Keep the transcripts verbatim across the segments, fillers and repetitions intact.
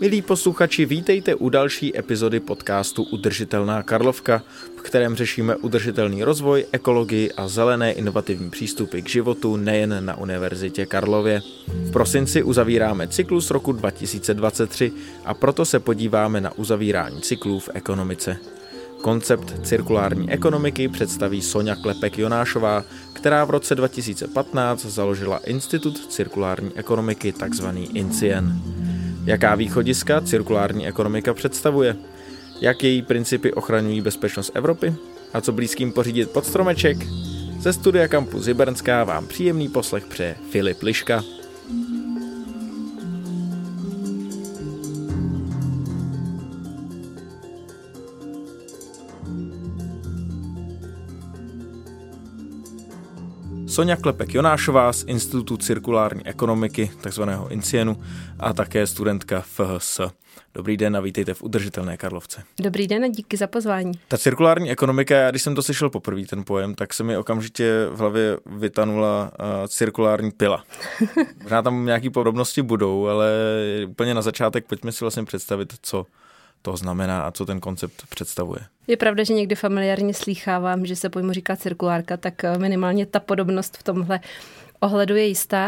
Milí posluchači, vítejte u další epizody podcastu Udržitelná Karlovka, v kterém řešíme udržitelný rozvoj, ekologii a zelené inovativní přístupy k životu nejen na Univerzitě Karlově. V prosinci uzavíráme cyklus roku dva tisíce dvacet tři a proto se podíváme na uzavírání cyklů v ekonomice. Koncept cirkulární ekonomiky představí Soňa Klepek-Jonášová, která v roce dva tisíce patnáct založila Institut cirkulární ekonomiky, takzvaný INCIEN. Jaká východiska cirkulární ekonomika představuje? Jak její principy ochraňují bezpečnost Evropy? A co blízkým pořídit pod stromeček? Ze studia Campus Hybernská vám příjemný poslech přeje Filip Liška. Soňa Klepek-Jonášová z Institutu cirkulární ekonomiky, takzvaného INCIENu, a také studentka F H S. Dobrý den a vítejte v Udržitelné Karlovce. Dobrý den a díky za pozvání. Ta cirkulární ekonomika, já když jsem to slyšel poprvé ten pojem, tak se mi okamžitě v hlavě vytanula uh, cirkulární pila. Možná tam nějaké podrobnosti budou, ale úplně na začátek pojďme si vlastně představit, co to znamená a co ten koncept představuje. Je pravda, že někdy familiárně slýchávám, že se pojmu říká cirkulárka, tak minimálně ta podobnost v tomhle ohledu je jistá.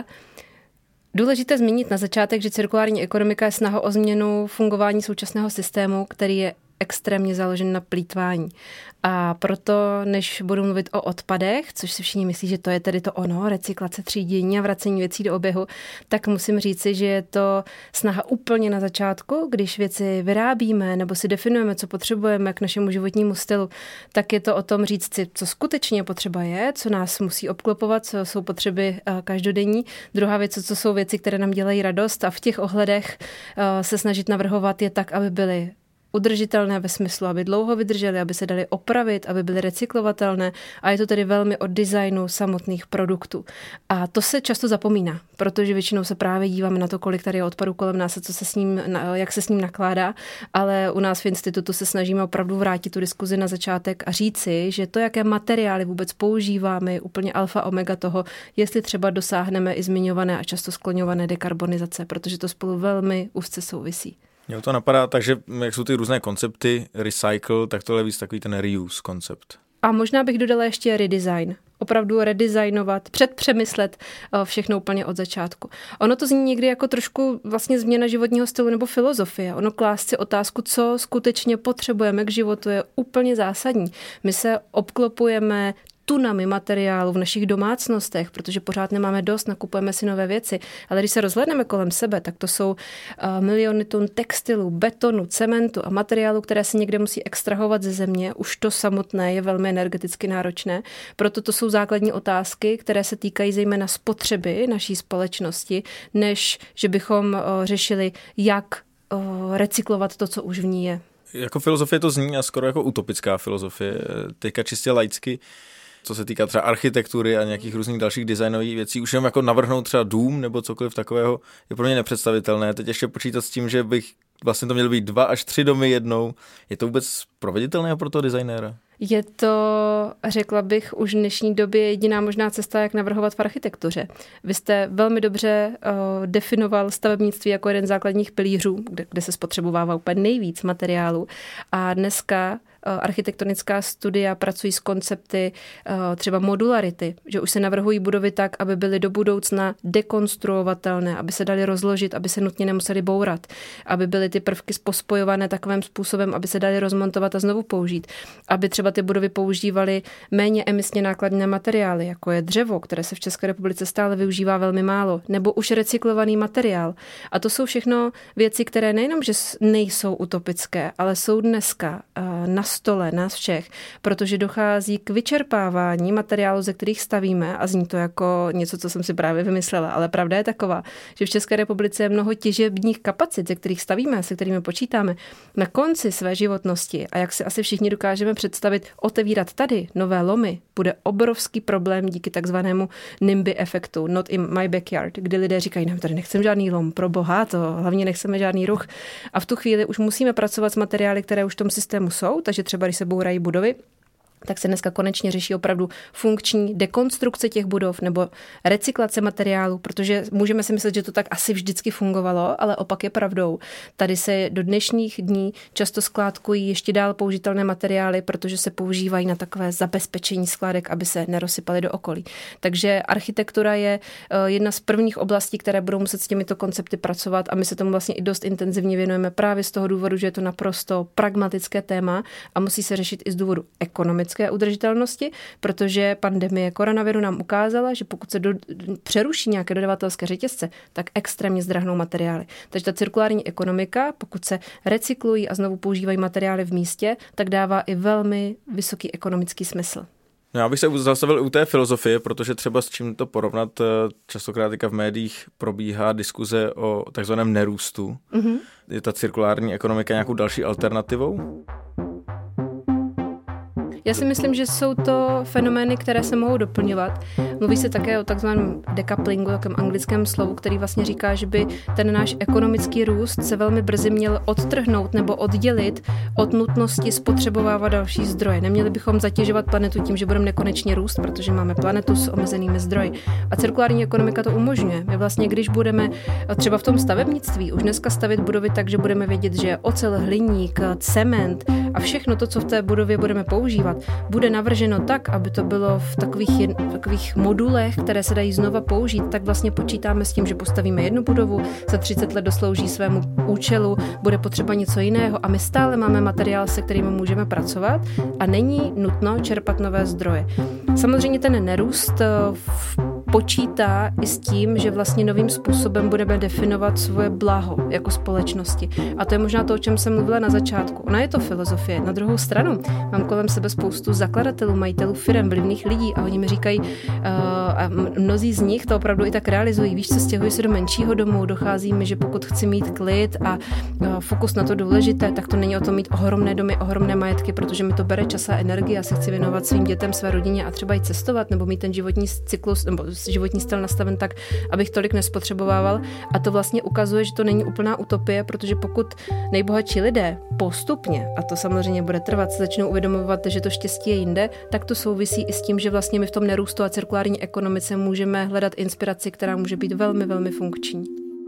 Důležité zmínit na začátek, že cirkulární ekonomika je snaha o změnu fungování současného systému, který je extrémně založen na plýtvání. A proto, než budu mluvit o odpadech, což si všichni myslí, že to je tedy to ono, recyklace, třídění a vracení věcí do oběhu, tak musím říci, že je to snaha úplně na začátku, když věci vyrábíme nebo si definujeme, co potřebujeme k našemu životnímu stylu, tak je to o tom říct si, co skutečně potřeba je, co nás musí obklopovat, co jsou potřeby každodenní. Druhá věc, co jsou věci, které nám dělají radost, a v těch ohledech se snažit navrhovat je tak, aby byly udržitelné ve smyslu, aby dlouho vydržely, aby se daly opravit, aby byly recyklovatelné, a je to tedy velmi o designu samotných produktů. A to se často zapomíná, protože většinou se právě díváme na to, kolik tady je odpadu kolem nás a co se s ním, jak se s ním nakládá, ale u nás v institutu se snažíme opravdu vrátit tu diskuzi na začátek a říci, že to, jaké materiály vůbec používáme, je úplně alfa omega toho, jestli třeba dosáhneme i zmiňované a často skloňované dekarbonizace, protože to spolu velmi úzce souvisí. Mně to napadá, takže jak jsou ty různé koncepty, recycle, tak tohle je víc takový ten reuse koncept. A možná bych dodala ještě redesign. Opravdu redesignovat, předpřemyslet všechno úplně od začátku. Ono to zní někdy jako trošku vlastně změna životního stylu nebo filozofie. Ono klást si otázku, co skutečně potřebujeme k životu, je úplně zásadní. My se obklopujeme tunami materiálu v našich domácnostech, protože pořád nemáme dost, nakupujeme si nové věci. Ale když se rozhlédneme kolem sebe, tak to jsou uh, miliony tun textilu, betonu, cementu a materiálu, které se někde musí extrahovat ze země. Už to samotné je velmi energeticky náročné. Proto to jsou základní otázky, které se týkají zejména spotřeby naší společnosti, než že bychom uh, řešili, jak uh, recyklovat to, co už v ní je. Jako filozofie to zní a skoro jako utopická filozofie. Teďka čistě laicky, co se týká třeba architektury a nějakých různých dalších designových věcí, už jenom jako navrhnout třeba dům nebo cokoliv takového je pro mě nepředstavitelné. Teď ještě počítat s tím, že bych vlastně to měl být dva až tři domy jednou. Je to vůbec proveditelné pro toho designéra? Je to, řekla bych, už v dnešní době jediná možná cesta, jak navrhovat v architektuře. Vy jste velmi dobře uh, definoval stavebnictví jako jeden z základních pilířů, kde, kde se spotřebovává úplně nejvíc materiálu. A dneska architektonická studia pracují s koncepty třeba modularity, že už se navrhují budovy tak, aby byly do budoucna dekonstruovatelné, aby se daly rozložit, aby se nutně nemusely bourat, aby byly ty prvky pospojované takovým způsobem, aby se daly rozmontovat a znovu použít, aby třeba ty budovy používaly méně emisně nákladné materiály, jako je dřevo, které se v České republice stále využívá velmi málo, nebo už recyklovaný materiál. A to jsou všechno věci, které nejenom, že nejsou utopické, ale jsou dneska na stole nás všech, protože dochází k vyčerpávání materiálu, ze kterých stavíme, a zní to jako něco, co jsem si právě vymyslela, ale pravda je taková, že v České republice je mnoho těžebních kapacit, ze kterých stavíme, se kterými počítáme, na konci své životnosti, a jak si asi všichni dokážeme představit, otevírat tady nové lomy bude obrovský problém díky takzvanému NIMBY efektu, not in my backyard, kdy lidé říkají, no, tady nechceme žádný lom, pro boha, to hlavně nechceme žádný ruch. A v tu chvíli už musíme pracovat s materiály, které už v tom systému jsou, takže třeba když se bourají budovy, tak se dneska konečně řeší opravdu funkční dekonstrukce těch budov nebo recyklace materiálů, protože můžeme si myslet, že to tak asi vždycky fungovalo, ale opak je pravdou. Tady se do dnešních dní často skládkují ještě dál použitelné materiály, protože se používají na takové zabezpečení skládek, aby se nerozsypaly do okolí. Takže architektura je jedna z prvních oblastí, které budou muset s těmito koncepty pracovat a my se tomu vlastně i dost intenzivně věnujeme právě z toho důvodu, že je to naprosto pragmatické téma a musí se řešit i z důvodu ekonomické udržitelnosti, protože pandemie koronaviru nám ukázala, že pokud se do, přeruší nějaké dodavatelské řetězce, tak extrémně zdrahnou materiály. Takže ta cirkulární ekonomika, pokud se recyklují a znovu používají materiály v místě, tak dává i velmi vysoký ekonomický smysl. No, já bych se zastavil u té filozofie, protože třeba s čím to porovnat, častokrát v médiích probíhá diskuze o takzvaném nerůstu. Mm-hmm. Je ta cirkulární ekonomika nějakou další alternativou? Já si myslím, že jsou to fenomény, které se mohou doplňovat. Mluví se také o takzvaném decouplingu, takém anglickém slovu, který vlastně říká, že by ten náš ekonomický růst se velmi brzy měl odtrhnout nebo oddělit od nutnosti spotřebovávat další zdroje. Neměli bychom zatěžovat planetu tím, že budeme nekonečně růst, protože máme planetu s omezenými zdroji. A cirkulární ekonomika to umožňuje. My vlastně, když budeme třeba v tom stavebnictví už dneska stavět budovy tak, že budeme vědět, že ocel, hliník, cement a všechno to, co v té budově budeme používat, bude navrženo tak, aby to bylo v takových, v takových modulech, které se dají znova použít, tak vlastně počítáme s tím, že postavíme jednu budovu, za třicet let doslouží svému účelu, bude potřeba něco jiného a my stále máme materiál, se kterým můžeme pracovat a není nutno čerpat nové zdroje. Samozřejmě ten nerůst v počítá i s tím, že vlastně novým způsobem budeme definovat svoje blaho jako společnosti. A to je možná to, o čem jsem mluvila na začátku. Ona je to filozofie. Na druhou stranu mám kolem sebe spoustu zakladatelů, majitelů firem, vlivných lidí a oni mi říkají, uh, a mnozí z nich to opravdu i tak realizují. Víš co, stěhuji se do menšího domu, dochází mi, že pokud chci mít klid a uh, fokus na to důležité, tak to není o tom mít ohromné domy, ohromné majetky, protože mi to bere čas a energii a se chci věnovat svým dětem, své rodině a třeba i cestovat nebo mít ten životní cyklus nebo životní styl nastaven tak, abych tolik nespotřebovával. A to vlastně ukazuje, že to není úplná utopie, protože pokud nejbohatší lidé postupně, a to samozřejmě bude trvat, se začnou uvědomovat, že to štěstí je jinde, tak to souvisí i s tím, že vlastně my v tom nerůstu a cirkulární ekonomice můžeme hledat inspiraci, která může být velmi, velmi funkční.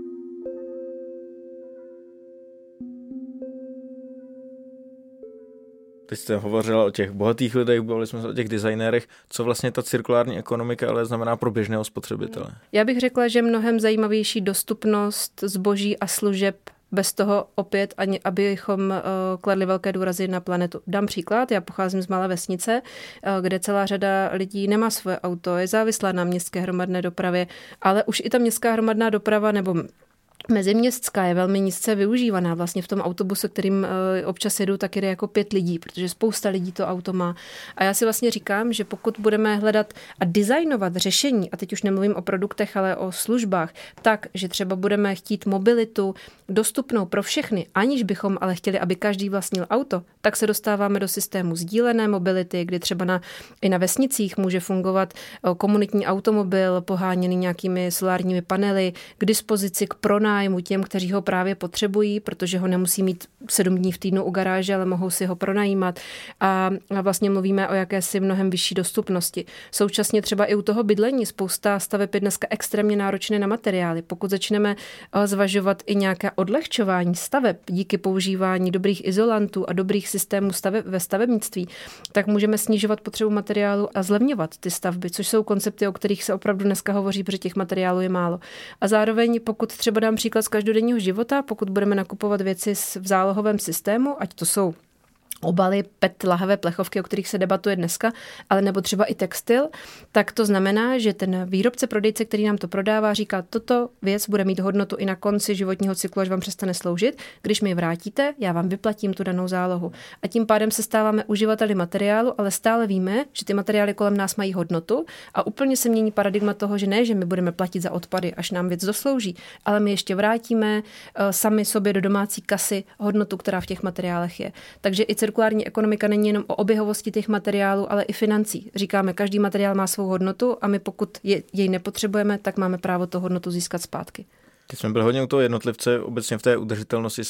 Teď jste hovořila o těch bohatých lidech, bavili jsme se o těch designérech. Co vlastně ta cirkulární ekonomika ale znamená pro běžného spotřebitele? Já bych řekla, že mnohem zajímavější dostupnost zboží a služeb bez toho opět, ani abychom uh, kladli velké důrazy na planetu. Dám příklad, já pocházím z malé vesnice, uh, kde celá řada lidí nemá svoje auto, je závislá na městské hromadné dopravě, ale už i ta městská hromadná doprava nebo meziměstská je velmi nízce využívaná. Vlastně v tom autobuse, kterým občas jedu, tak jde jako pět lidí, protože spousta lidí to auto má. A já si vlastně říkám, že pokud budeme hledat a designovat řešení, a teď už nemluvím o produktech, ale o službách, tak, že třeba budeme chtít mobilitu dostupnou pro všechny, aniž bychom ale chtěli, aby každý vlastnil auto, tak se dostáváme do systému sdílené mobility, kdy třeba na, i na vesnicích může fungovat komunitní automobil poháněný nějakými solárními panely k dispozici k pronájmu těm, kteří ho právě potřebují, protože ho nemusí mít sedm dní v týdnu u garáže, ale mohou si ho pronajímat. A vlastně mluvíme o jakési mnohem vyšší dostupnosti. Současně třeba i u toho bydlení spousta staveb je dneska extrémně náročné na materiály. Pokud začneme zvažovat i nějaké odlehčování staveb díky používání dobrých izolantů a dobrých systémů staveb, ve stavebnictví, tak můžeme snižovat potřebu materiálu a zlevňovat ty stavby, což jsou koncepty, o kterých se opravdu dneska hovoří, protože těch materiálů je málo. A zároveň, pokud třeba dám příklad z každodenního života, pokud budeme nakupovat věci v zálohovém systému, ať to jsou obaly, P E T, lahve, plechovky, o kterých se debatuje dneska, ale nebo třeba i textil, tak to znamená, že ten výrobce, prodejce, který nám to prodává, říká, toto věc bude mít hodnotu i na konci životního cyklu, až vám přestane sloužit. Když mi ji vrátíte, já vám vyplatím tu danou zálohu. A tím pádem se stáváme uživateli materiálu, ale stále víme, že ty materiály kolem nás mají hodnotu a úplně se mění paradigma toho, že ne, že my budeme platit za odpady, až nám věc doslouží, ale my ještě vrátíme uh, sami sobě do domácí kasy hodnotu, která v těch materiálech je. Takže i cirkulární ekonomika není jenom o oběhovosti těch materiálů, ale i financí. Říkáme, každý materiál má svou hodnotu a my pokud je, jej nepotřebujeme, tak máme právo tu hodnotu získat zpátky. Teď jsme byli hodně u toho jednotlivce, obecně v té udržitelnosti se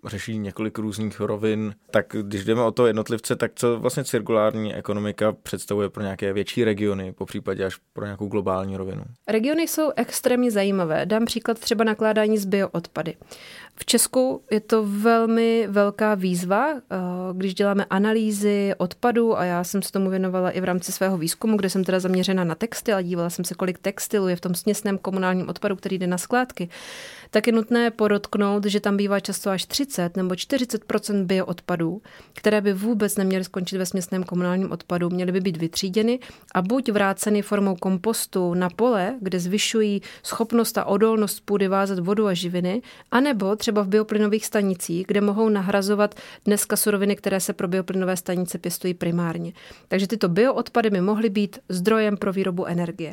řeší několik různých rovin. Tak když jdeme o to jednotlivce, tak co vlastně cirkulární ekonomika představuje pro nějaké větší regiony, popřípadě až pro nějakou globální rovinu? Regiony jsou extrémně zajímavé. Dám příklad třeba nakládání s bioodpady. V Česku je to velmi velká výzva, když děláme analýzy odpadů, a já jsem se tomu věnovala i v rámci svého výzkumu, kde jsem teda zaměřena na textil a dívala jsem se, kolik textilu je v tom směsném komunálním odpadu, který jde na skládky, tak je nutné podotknout, že tam bývá často až třicet nebo čtyřicet procent bioodpadů, které by vůbec neměly skončit ve směsném komunálním odpadu, měly by být vytříděny a buď vráceny formou kompostu na pole, kde zvyšují schopnost a odolnost půdy vázat vodu a živiny, anebo třeba v bioplynových stanicích, kde mohou nahrazovat dneska suroviny, které se pro bioplynové stanice pěstují primárně. Takže tyto bioodpady by mohly být zdrojem pro výrobu energie.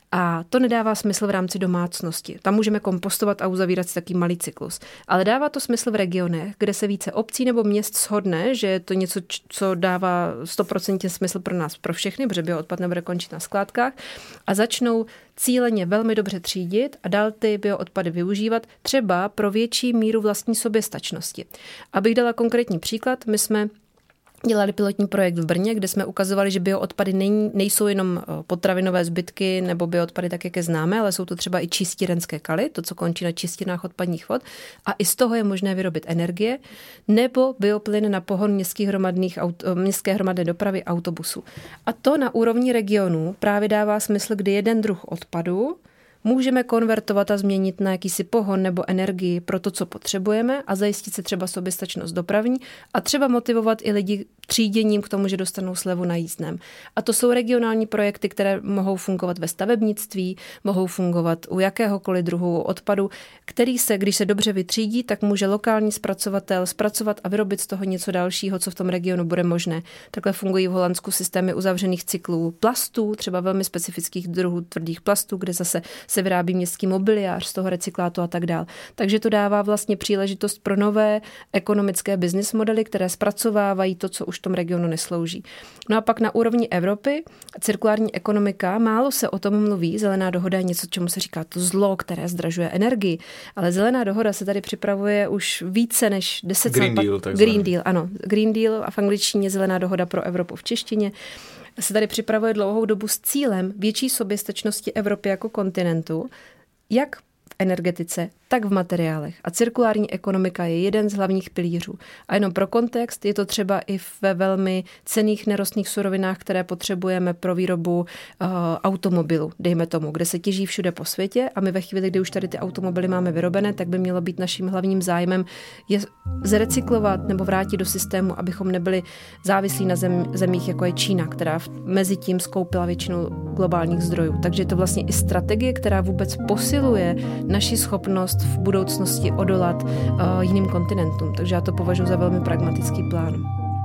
A to nedává smysl v rámci domácnosti. Tam můžeme kompostovat a uzavírat si taký malý cyklus. Ale dává to smysl v regionech, kde se více obcí nebo měst shodne, že je to něco, co dává sto procent smysl pro nás, pro všechny, protože bioodpad nebude končit na skládkách, a začnou cíleně velmi dobře třídit a dál ty bioodpady využívat třeba pro větší míru vlastní soběstačnosti. Abych dala konkrétní příklad, my jsme dělali pilotní projekt v Brně, kde jsme ukazovali, že bioodpady nej, nejsou jenom potravinové zbytky nebo bioodpady tak, jak je známe, ale jsou to třeba i čistírenské kaly, to, co končí na čistírnách odpadních vod, a i z toho je možné vyrobit energie, nebo bioplyn na pohon městských hromadných, městské hromadné dopravy autobusů. A to na úrovni regionů právě dává smysl, kdy jeden druh odpadu můžeme konvertovat a změnit na jakýsi pohon nebo energii pro to, co potřebujeme, a zajistit se třeba soběstačnost dopravní a třeba motivovat i lidi tříděním k tomu, že dostanou slevu na jízdném. A to jsou regionální projekty, které mohou fungovat ve stavebnictví, mohou fungovat u jakéhokoliv druhu odpadu, který se, když se dobře vytřídí, tak může lokální zpracovatel zpracovat a vyrobit z toho něco dalšího, co v tom regionu bude možné. Takhle fungují v Holandsku systémy uzavřených cyklů plastů, třeba velmi specifických druhů tvrdých plastů, kde zase se vyrábí městský mobiliář z toho recyklátu a tak dál. Takže to dává vlastně příležitost pro nové ekonomické business modely, které zpracovávají to, co už v tom regionu neslouží. No a pak na úrovni Evropy cirkulární ekonomika, málo se o tom mluví, zelená dohoda je něco, čemu se říká to zlo, které zdražuje energii, ale zelená dohoda se tady připravuje už více než deset Green let. Deal, takzvaný. Green Deal, ano. Green Deal a v angličtině zelená dohoda pro Evropu v češtině se tady připravuje dlouhou dobu s cílem větší soběstačnosti Evropy jako kontinentu, jak v energetice, tak v materiálech. A cirkulární ekonomika je jeden z hlavních pilířů. A jenom pro kontext, je to třeba i ve velmi cenných nerostných surovinách, které potřebujeme pro výrobu uh, automobilu, dejme tomu, kde se těží všude po světě, a my ve chvíli, kdy už tady ty automobily máme vyrobené, tak by mělo být naším hlavním zájmem je zrecyklovat nebo vrátit do systému, abychom nebyli závislí na zem, zemích, jako je Čína, která v, mezi tím skoupila většinu globálních zdrojů. Takže je to vlastně i strategie, která vůbec posiluje naši schopnost v budoucnosti odolat uh, jiným kontinentům. Takže já to považuji za velmi pragmatický plán.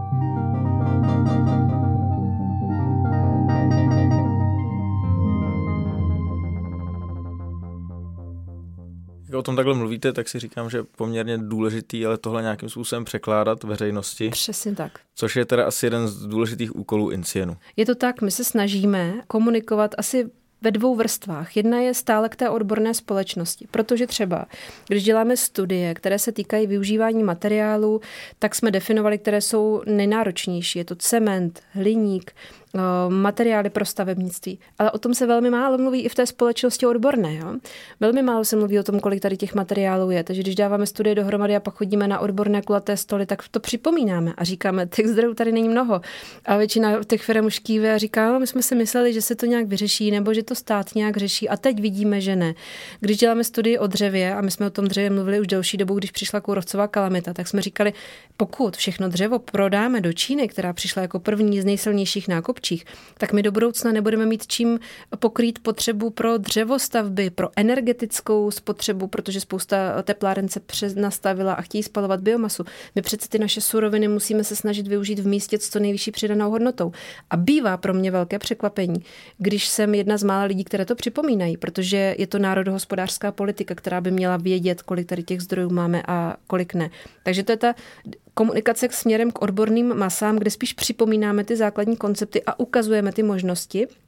Jak o tom takhle mluvíte, tak si říkám, že je poměrně důležitý, ale tohle nějakým způsobem překládat veřejnosti. Přesně tak. Což je teda asi jeden z důležitých úkolů INCIENu. Je to tak, my se snažíme komunikovat asi ve dvou vrstvách. Jedna je stále k té odborné společnosti, protože třeba, když děláme studie, které se týkají využívání materiálů, tak jsme definovali, které jsou nejnáročnější. Je to cement, hliník, materiály pro stavebnictví. Ale o tom se velmi málo mluví i v té společnosti odborné. Jo? Velmi málo se mluví o tom, kolik tady těch materiálů je. Takže když dáváme studie dohromady a pak chodíme na odborné kulaté stoly, tak to připomínáme a říkáme, těch zdrojů tady není mnoho. A většina těch firm už kýve a říká, no, my jsme si mysleli, že se to nějak vyřeší nebo že to stát nějak řeší, a teď vidíme, že ne. Když děláme studii o dřevě, a my jsme o tom dřevě mluvili už delší dobu, když přišla kůrovcová kalamita, tak jsme říkali, pokud všechno dřevo prodáme do Číny, která přišla jako první z nejsilnějších nákupčích, tak my do budoucna nebudeme mít čím pokrýt potřebu pro dřevostavby, pro energetickou spotřebu, protože spousta tepláren se nastavila a chtějí spalovat biomasu. My přece ty naše suroviny musíme se snažit využít v místě s co nejvyšší přidanou hodnotou. A bývá pro mě velké překvapení, když jsem jedna z mála lidí, které to připomínají, protože je to národohospodářská politika, která by měla vědět, kolik tady těch zdrojů máme a kolik ne. Takže to je ta komunikace k směrem k odborným masám, kde spíš připomínáme ty základní koncepty a ukazujeme ty možnosti.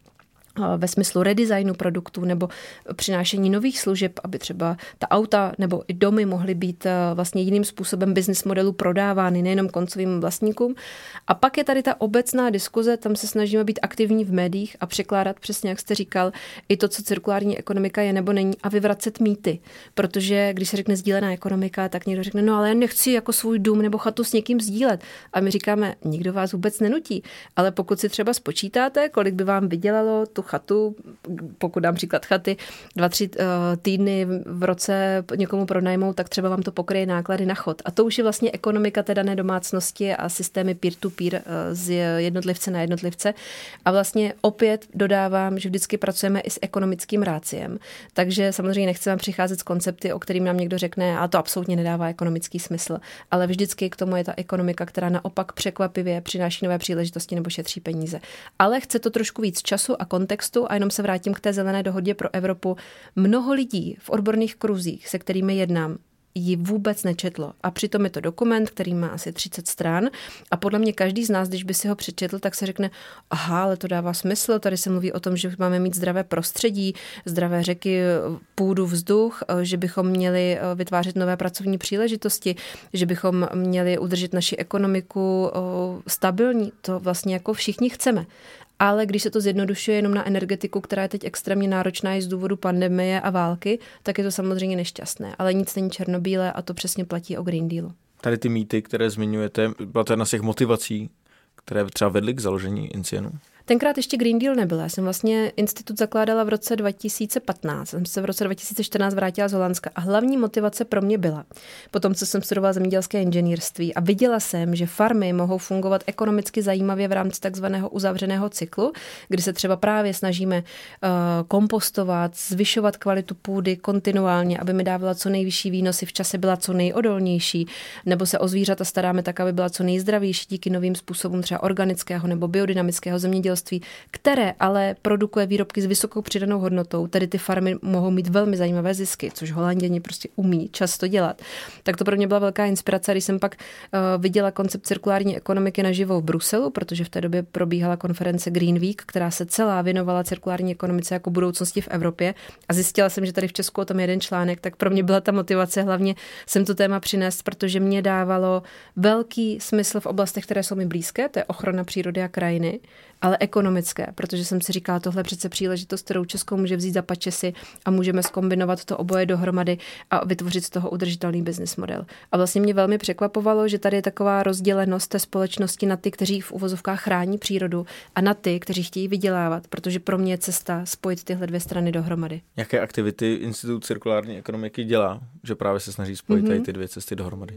ve smyslu redesignu produktů nebo přinášení nových služeb, aby třeba ta auta nebo i domy mohly být vlastně jiným způsobem business modelu prodávány, nejenom koncovým vlastníkům. A pak je tady ta obecná diskuze, tam se snažíme být aktivní v médiích a překládat přesně, jak jste říkal, i to, co cirkulární ekonomika je nebo není a vyvracet mýty. Protože když se řekne sdílená ekonomika, tak někdo řekne, no ale já nechci jako svůj dům nebo chatu s někým sdílet. A my říkáme, nikdo vás vůbec nenutí. Ale pokud si třeba spočítáte, kolik by vám vydělalo tu chatu, pokud dám příklad chaty, dva, tři uh, týdny v roce někomu pronajmou, tak třeba vám to pokryje náklady na chod. A to už je vlastně ekonomika té dané domácnosti a systémy peer-to-peer uh, z jednotlivce na jednotlivce. A vlastně opět dodávám, že vždycky pracujeme i s ekonomickým ráciem. Takže samozřejmě nechceme přicházet s koncepty, o kterým nám někdo řekne, a to absolutně nedává ekonomický smysl. Ale vždycky k tomu je ta ekonomika, která naopak překvapivě přináší nové příležitosti nebo šetří peníze. Ale chce to trošku víc času a kontextu a jenom se vrátím k té zelené dohodě pro Evropu. Mnoho lidí v odborných kruzích, se kterými jednám, ji vůbec nečetlo. A přitom je to dokument, který má asi třicet stran a podle mě každý z nás, když by si ho přečetl, tak se řekne, aha, ale to dává smysl, tady se mluví o tom, že máme mít zdravé prostředí, zdravé řeky, půdu, vzduch, že bychom měli vytvářet nové pracovní příležitosti, že bychom měli udržet naši ekonomiku stabilní. To vlastně jako všichni chceme. Ale když se to zjednodušuje jenom na energetiku, která je teď extrémně náročná i z důvodu pandemie a války, tak je to samozřejmě nešťastné. Ale nic není černobílé a to přesně platí o Green Dealu. Tady ty mýty, které zmiňujete, byla to jedna z těch motivací, které třeba vedly k založení INCIENu? Tenkrát ještě Green Deal nebyl. Já jsem vlastně institut zakládala v roce dva tisíce patnáct. Jsem se v roce dva tisíce čtrnáct vrátila z Holandska a hlavní motivace pro mě byla, potom co jsem studovala zemědělské inženýrství a viděla jsem, že farmy mohou fungovat ekonomicky zajímavě v rámci takzvaného uzavřeného cyklu, kdy se třeba právě snažíme uh, kompostovat, zvyšovat kvalitu půdy kontinuálně, aby mi dávala co nejvyšší výnosy, v čase byla co nejodolnější, nebo se o zvířata staráme tak, aby byla co nejzdravější díky novým způsobům třeba organického nebo biodynamického zemědělství, které ale produkuje výrobky s vysokou přidanou hodnotou, tedy ty farmy mohou mít velmi zajímavé zisky, což Holanděni prostě umí často dělat. Tak to pro mě byla velká inspirace, když jsem pak uh, viděla koncept cirkulární ekonomiky naživo v Bruselu, protože v té době probíhala konference Green Week, která se celá věnovala cirkulární ekonomice jako budoucnosti v Evropě a zjistila jsem, že tady v Česku o tom jeden článek, tak pro mě byla ta motivace hlavně sem to téma přinést, protože mě dávalo velký smysl v oblastech, které jsou mi blízké, to je ochrana přírody a krajiny, ale ekonomické, protože jsem si říkala, tohle přece příležitost, kterou Česko může vzít za pačesy a můžeme zkombinovat to oboje dohromady a vytvořit z toho udržitelný business model. A vlastně mě velmi překvapovalo, že tady je taková rozdělenost té společnosti na ty, kteří v uvozovkách chrání přírodu a na ty, kteří chtějí vydělávat, protože pro mě je cesta spojit tyhle dvě strany dohromady. Jaké aktivity Institut cirkulární ekonomiky dělá, že právě se snaží spojit mm-hmm. tady ty dvě cesty dohromady?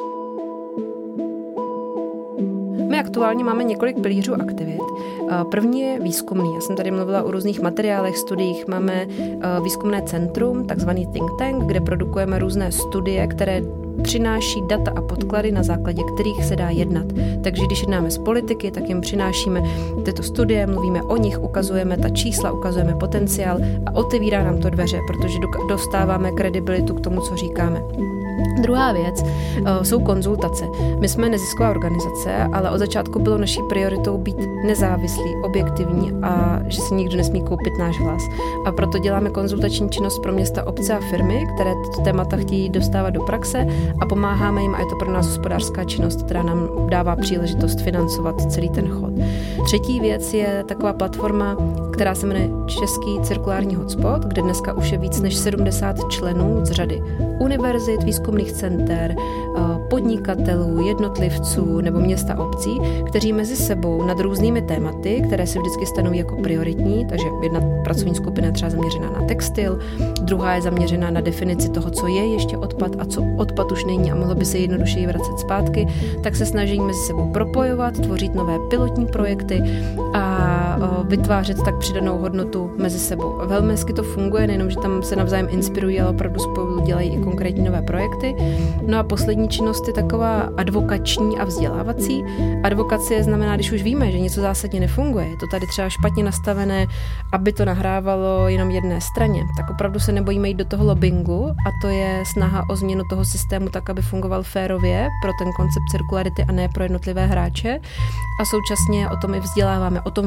My aktuálně máme několik pilířů aktivit. První je výzkumný. Já jsem tady mluvila o různých materiálech, studiích. Máme výzkumné centrum, takzvaný think tank, kde produkujeme různé studie, které přináší data a podklady, na základě kterých se dá jednat. Takže když jednáme s politiky, tak jim přinášíme tyto studie, mluvíme o nich, ukazujeme ta čísla, ukazujeme potenciál a otevírá nám to dveře, protože dostáváme kredibilitu k tomu, co říkáme. Druhá věc uh, jsou konzultace. My jsme nezisková organizace, ale od začátku bylo naší prioritou být nezávislí, objektivní a že si nikdo nesmí koupit náš hlas. A proto děláme konzultační činnost pro města, obce a firmy, které tyto témata chtějí dostávat do praxe a pomáháme jim a je to pro nás hospodářská činnost, která nám dává příležitost financovat celý ten chod. Třetí věc je taková platforma, která se jmenuje Český cirkulární hotspot, kde dneska už je víc než sedmdesát členů z řady univerzit, výzkumných center, podnikatelů, jednotlivců nebo města obcí, kteří mezi sebou nad různými tématy, které se vždycky stanoví jako prioritní, takže jedna pracovní skupina je třeba zaměřená na textil, druhá je zaměřená na definici toho, co je ještě odpad a co odpad už není a mohlo by se jednodušeji vracet zpátky, tak se snaží mezi sebou propojovat, tvořit nové pilotní projekty a vytvářet tak přidanou hodnotu mezi sebou. Velmi hezky to funguje, nejenom, že tam se navzájem inspirují, ale opravdu spolu dělají i konkrétní nové projekty. No a poslední činnost je taková advokační a vzdělávací. Advokacie znamená, když už víme, že něco zásadně nefunguje, je to tady třeba špatně nastavené, aby to nahrávalo jenom jedné straně, tak opravdu se nebojíme jít do toho lobbingu a to je snaha o změnu toho systému tak, aby fungoval férově pro ten koncept cirkularity a ne pro jednotlivé hráče. A současně o tom i vzděláváme, o tom všem, co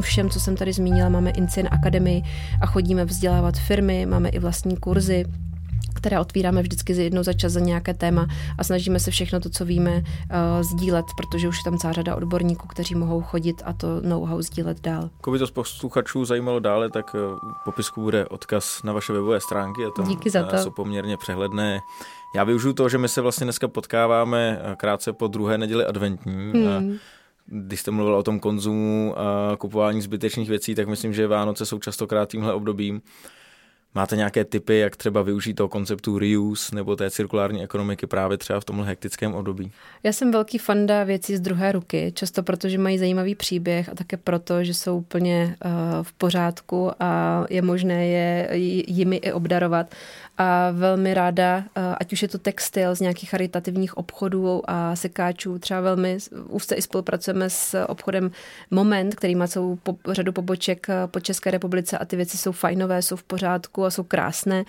co jsem tady zmínila, máme INCIN Akademii a chodíme vzdělávat firmy, máme i vlastní kurzy, které otvíráme vždycky jednou za čas za nějaké téma a snažíme se všechno to, co víme, uh, sdílet, protože už je tam celá řada odborníků, kteří mohou chodit a to know-how sdílet dál. Kdyby to z posluchačů zajímalo dále, tak v popisku bude odkaz na vaše webové stránky a tam Díky za to. Jsou poměrně přehledné. Já využiju toho, že my se vlastně dneska potkáváme krátce po druhé neděli adventní. Hmm. A když jste mluvila o tom konzumu a kupování zbytečných věcí, tak myslím, že Vánoce jsou častokrát tímhle obdobím. Máte nějaké tipy, jak třeba využít toho konceptu reuse nebo té cirkulární ekonomiky právě třeba v tomhle hektickém období? Já jsem velký fanda věcí z druhé ruky, často protože mají zajímavý příběh a také proto, že jsou úplně uh, v pořádku a je možné je jimi i obdarovat. A velmi ráda, uh, ať už je to textil z nějakých charitativních obchodů a sekáčů, třeba velmi úzce i spolupracujeme s obchodem Moment, který má celou po, řadu poboček po České republice a ty věci jsou fajnové, jsou v pořádku a jsou krásné.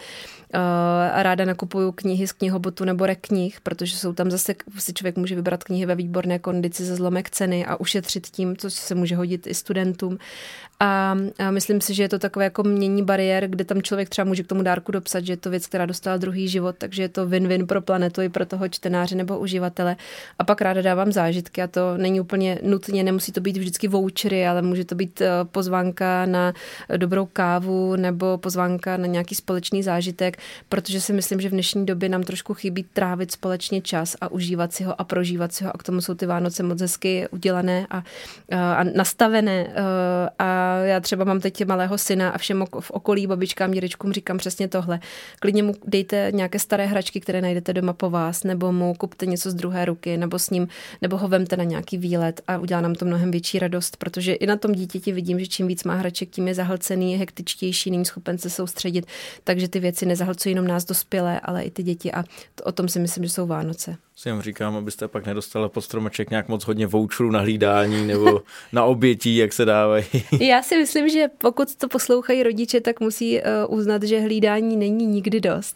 A ráda nakupuju knihy z knihobotu nebo reknih, protože jsou tam zase, si člověk může vybrat knihy ve výborné kondici za zlomek ceny a ušetřit tím, co se může hodit i studentům. A, a myslím si, že je to takové jako mění bariér, kde tam člověk třeba může k tomu dárku dopsat, že je to věc, která dostala druhý život, takže je to win-win pro planetu i pro toho čtenáře nebo uživatele. A pak ráda dávám zážitky a to není úplně nutně, nemusí to být vždycky vouchery, ale může to být pozvánka na dobrou kávu nebo pozvánka na nějaký společný zážitek, protože si myslím, že v dnešní době nám trošku chybí trávit společně čas a užívat si ho a prožívat si ho a k tomu jsou ty Vánoce moc hezky udělané a, a nastavené. A já třeba mám teď malého syna a všem v okolí babičkám, dědečkům říkám přesně tohle. Klidně mu dejte nějaké staré hračky, které najdete doma po vás, nebo mu kupte něco z druhé ruky, nebo s ním, nebo ho vemte na nějaký výlet a udělá nám to mnohem větší radost, protože i na tom dítěti vidím, že čím víc má hraček, tím je zahlcený, je hektičtější, není schopen se soustředit, takže ty věci nezahlcují jenom nás dospělé, ale i ty děti a to, o tom si myslím, že jsou Vánoce. Si jim říkám, abyste pak nedostala pod stromeček nějak moc hodně voucherů na hlídání nebo na obětí, jak se dávají. Já si myslím, že pokud to poslouchají rodiče, tak musí uh, uznat, že hlídání není nikdy dost.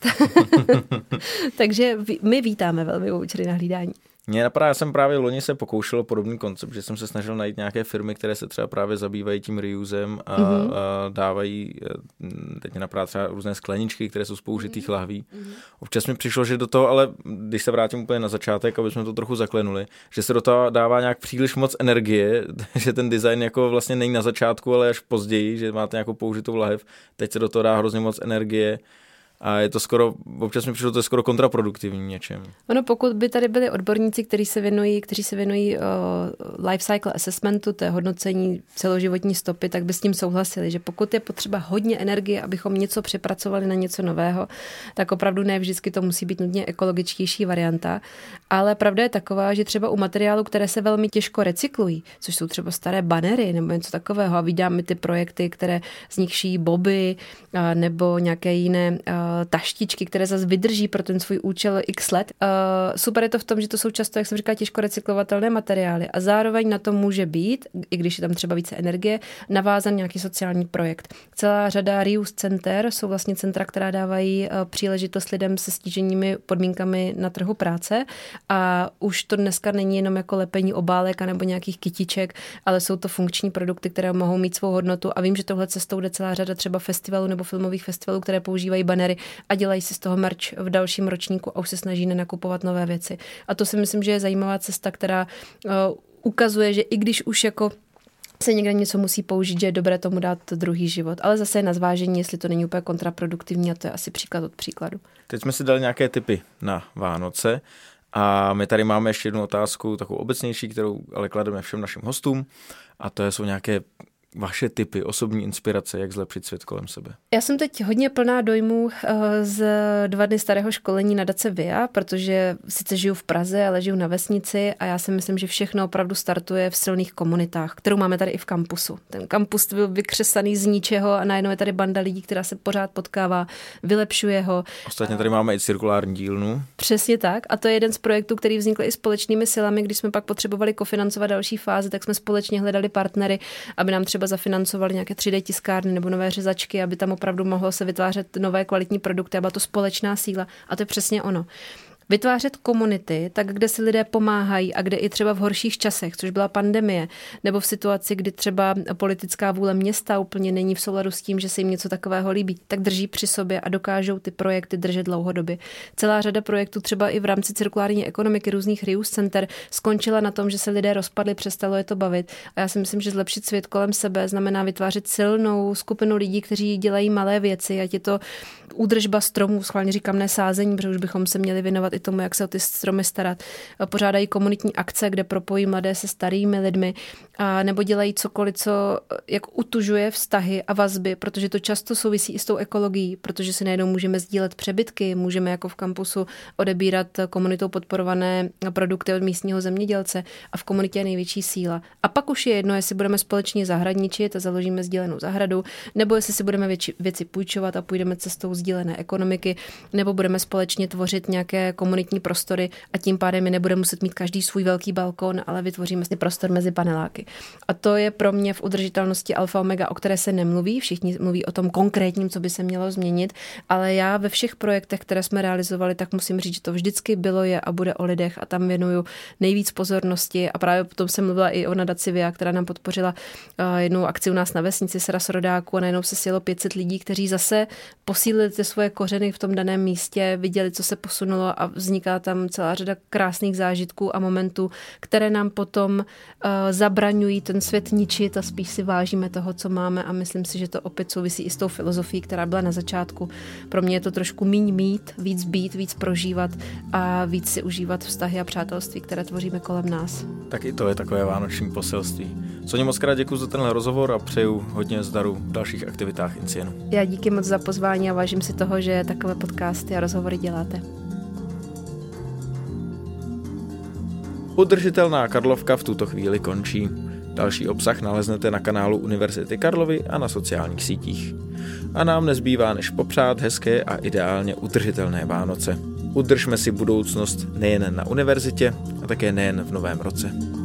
Takže my vítáme velmi vouchery na hlídání. Mně napadá, já jsem právě loni se pokoušel podobný koncept, že jsem se snažil najít nějaké firmy, které se třeba právě zabývají tím reusem a, mm-hmm. a dávají, teď mě napadá třeba různé skleničky, které jsou z použitých lahví. Mm-hmm. Občas mi přišlo, že do toho, ale když se vrátím úplně na začátek, aby jsme to trochu zaklenuli, že se do toho dává nějak příliš moc energie, že ten design jako vlastně není na začátku, ale až později, že máte nějakou použitou lahev, teď se do toho dá hrozně moc energie. A je to skoro, občas mi přišlo, to je skoro kontraproduktivní něčem. Ono, pokud by tady byli odborníci, kteří se věnují, kteří se věnují uh, life cycle assessmentu, to je hodnocení celoživotní stopy, tak by s tím souhlasili, že pokud je potřeba hodně energie, abychom něco přepracovali na něco nového, tak opravdu ne vždycky to musí být nutně ekologičtější varianta. Ale pravda je taková, že třeba u materiálů, které se velmi těžko recyklují, což jsou třeba staré banery nebo něco takového, a vydáme ty projekty, které z nich šijí boby uh, nebo nějaké jiné uh, taštičky, které zase vydrží pro ten svůj účel x let. Uh, super je to v tom, že to jsou často, jak jsem říkala, těžko recyklovatelné materiály a zároveň na to může být, i když je tam třeba více energie, navázan nějaký sociální projekt. Celá řada reuse center jsou vlastně centra, která dávají uh, příležitost lidem se stíženými podmínkami na trhu práce a už to dneska není jenom jako lepení obálek nebo nějakých kytiček, ale jsou to funkční produkty, které mohou mít svou hodnotu a vím, že tohle cestou jde celá řada třeba festivalů nebo filmových festivalů, které používají banery a dělají si z toho merch v dalším ročníku a už se snaží nenakupovat nové věci. A to si myslím, že je zajímavá cesta, která uh, ukazuje, že i když už jako se někde něco musí použít, že je dobré tomu dát druhý život. Ale zase je na zvážení, jestli to není úplně kontraproduktivní a to je asi příklad od příkladu. Teď jsme si dali nějaké tipy na Vánoce a my tady máme ještě jednu otázku, takovou obecnější, kterou ale klademe všem našim hostům a to jsou nějaké vaše tipy, osobní inspirace, jak zlepšit svět kolem sebe? Já jsem teď hodně plná dojmů z dva dny starého školení nadace V I A, protože sice žiju v Praze, ale žiju na vesnici a já si myslím, že všechno opravdu startuje v silných komunitách, kterou máme tady i v kampusu. Ten kampus byl vykřesaný z ničeho a najednou je tady banda lidí, která se pořád potkává, vylepšuje ho. Ostatně tady máme i cirkulární dílnu. Přesně tak a to je jeden z projektů, který vznikl i společnými silami, když jsme pak potřebovali kofinancovat další fázi, tak jsme společně hledali partnery, aby nám třeba zafinancovali nějaké tři dé tiskárny nebo nové řezačky, aby tam opravdu mohlo se vytvářet nové kvalitní produkty a byla to společná síla a to je přesně ono. Vytvářet komunity, tak kde si lidé pomáhají a kde i třeba v horších časech, což byla pandemie, nebo v situaci, kdy třeba politická vůle města úplně není v souladu s tím, že se jim něco takového líbí, tak drží při sobě a dokážou ty projekty držet dlouhodobě. Celá řada projektů třeba i v rámci cirkulární ekonomiky různých reuse center skončila na tom, že se lidé rozpadli, přestalo je to bavit. A já si myslím, že zlepšit svět kolem sebe znamená vytvářet silnou skupinu lidí, kteří dělají malé věci, ať je to údržba stromů, schválně říkám ne sázení, protože už bychom se měli věnovat i tomu, jak se o ty stromy starat. Pořádají komunitní akce, kde propojí mladé se starými lidmi, a nebo dělají cokoliv, co jak utužuje vztahy a vazby, protože to často souvisí i s tou ekologií, protože si najednou můžeme sdílet přebytky, můžeme jako v kampusu odebírat komunitou podporované produkty od místního zemědělce a v komunitě je největší síla. A pak už je jedno, jestli budeme společně zahradničit a založíme sdílenou zahradu, nebo jestli si budeme věci, věci půjčovat a půjdeme cestou sdílené ekonomiky, nebo budeme společně tvořit nějaké komunitní prostory a tím pádem my nebudeme muset mít každý svůj velký balkon, ale vytvoříme si prostor mezi paneláky. A to je pro mě v udržitelnosti alfa omega, o které se nemluví, všichni mluví o tom konkrétním, co by se mělo změnit, ale já ve všech projektech, které jsme realizovali, tak musím říct, že to vždycky bylo, je a bude o lidech a tam věnuju nejvíc pozornosti a právě potom jsem mluvila i o nadaci Via, která nám podpořila jednou akci u nás na vesnici Sraz rodáků a najednou se sjelo pět set lidí, kteří zase posílili ty svoje kořeny v tom daném místě, viděli, co se posunulo a vzniká tam celá řada krásných zážitků a momentů, které nám potom uh, zabraňují ten svět ničit a spíš si vážíme toho, co máme a myslím si, že to opět souvisí i s tou filozofií, která byla na začátku. Pro mě je to trošku míň mít, víc být, víc prožívat a víc si užívat vztahy a přátelství, které tvoříme kolem nás. Tak i to je takové vánoční poselství. Soně, moc krát děkuji za tenhle rozhovor a přeju hodně zdaru v dalších aktivitách Incienu. Já díky moc za pozvání a vážím si toho, že takové podcasty a rozhovory děláte. Udržitelná Karlovka v tuto chvíli končí. Další obsah naleznete na kanálu Univerzity Karlovy a na sociálních sítích. A nám nezbývá než popřát hezké a ideálně udržitelné Vánoce. Udržme si budoucnost nejen na univerzitě, a také nejen v novém roce.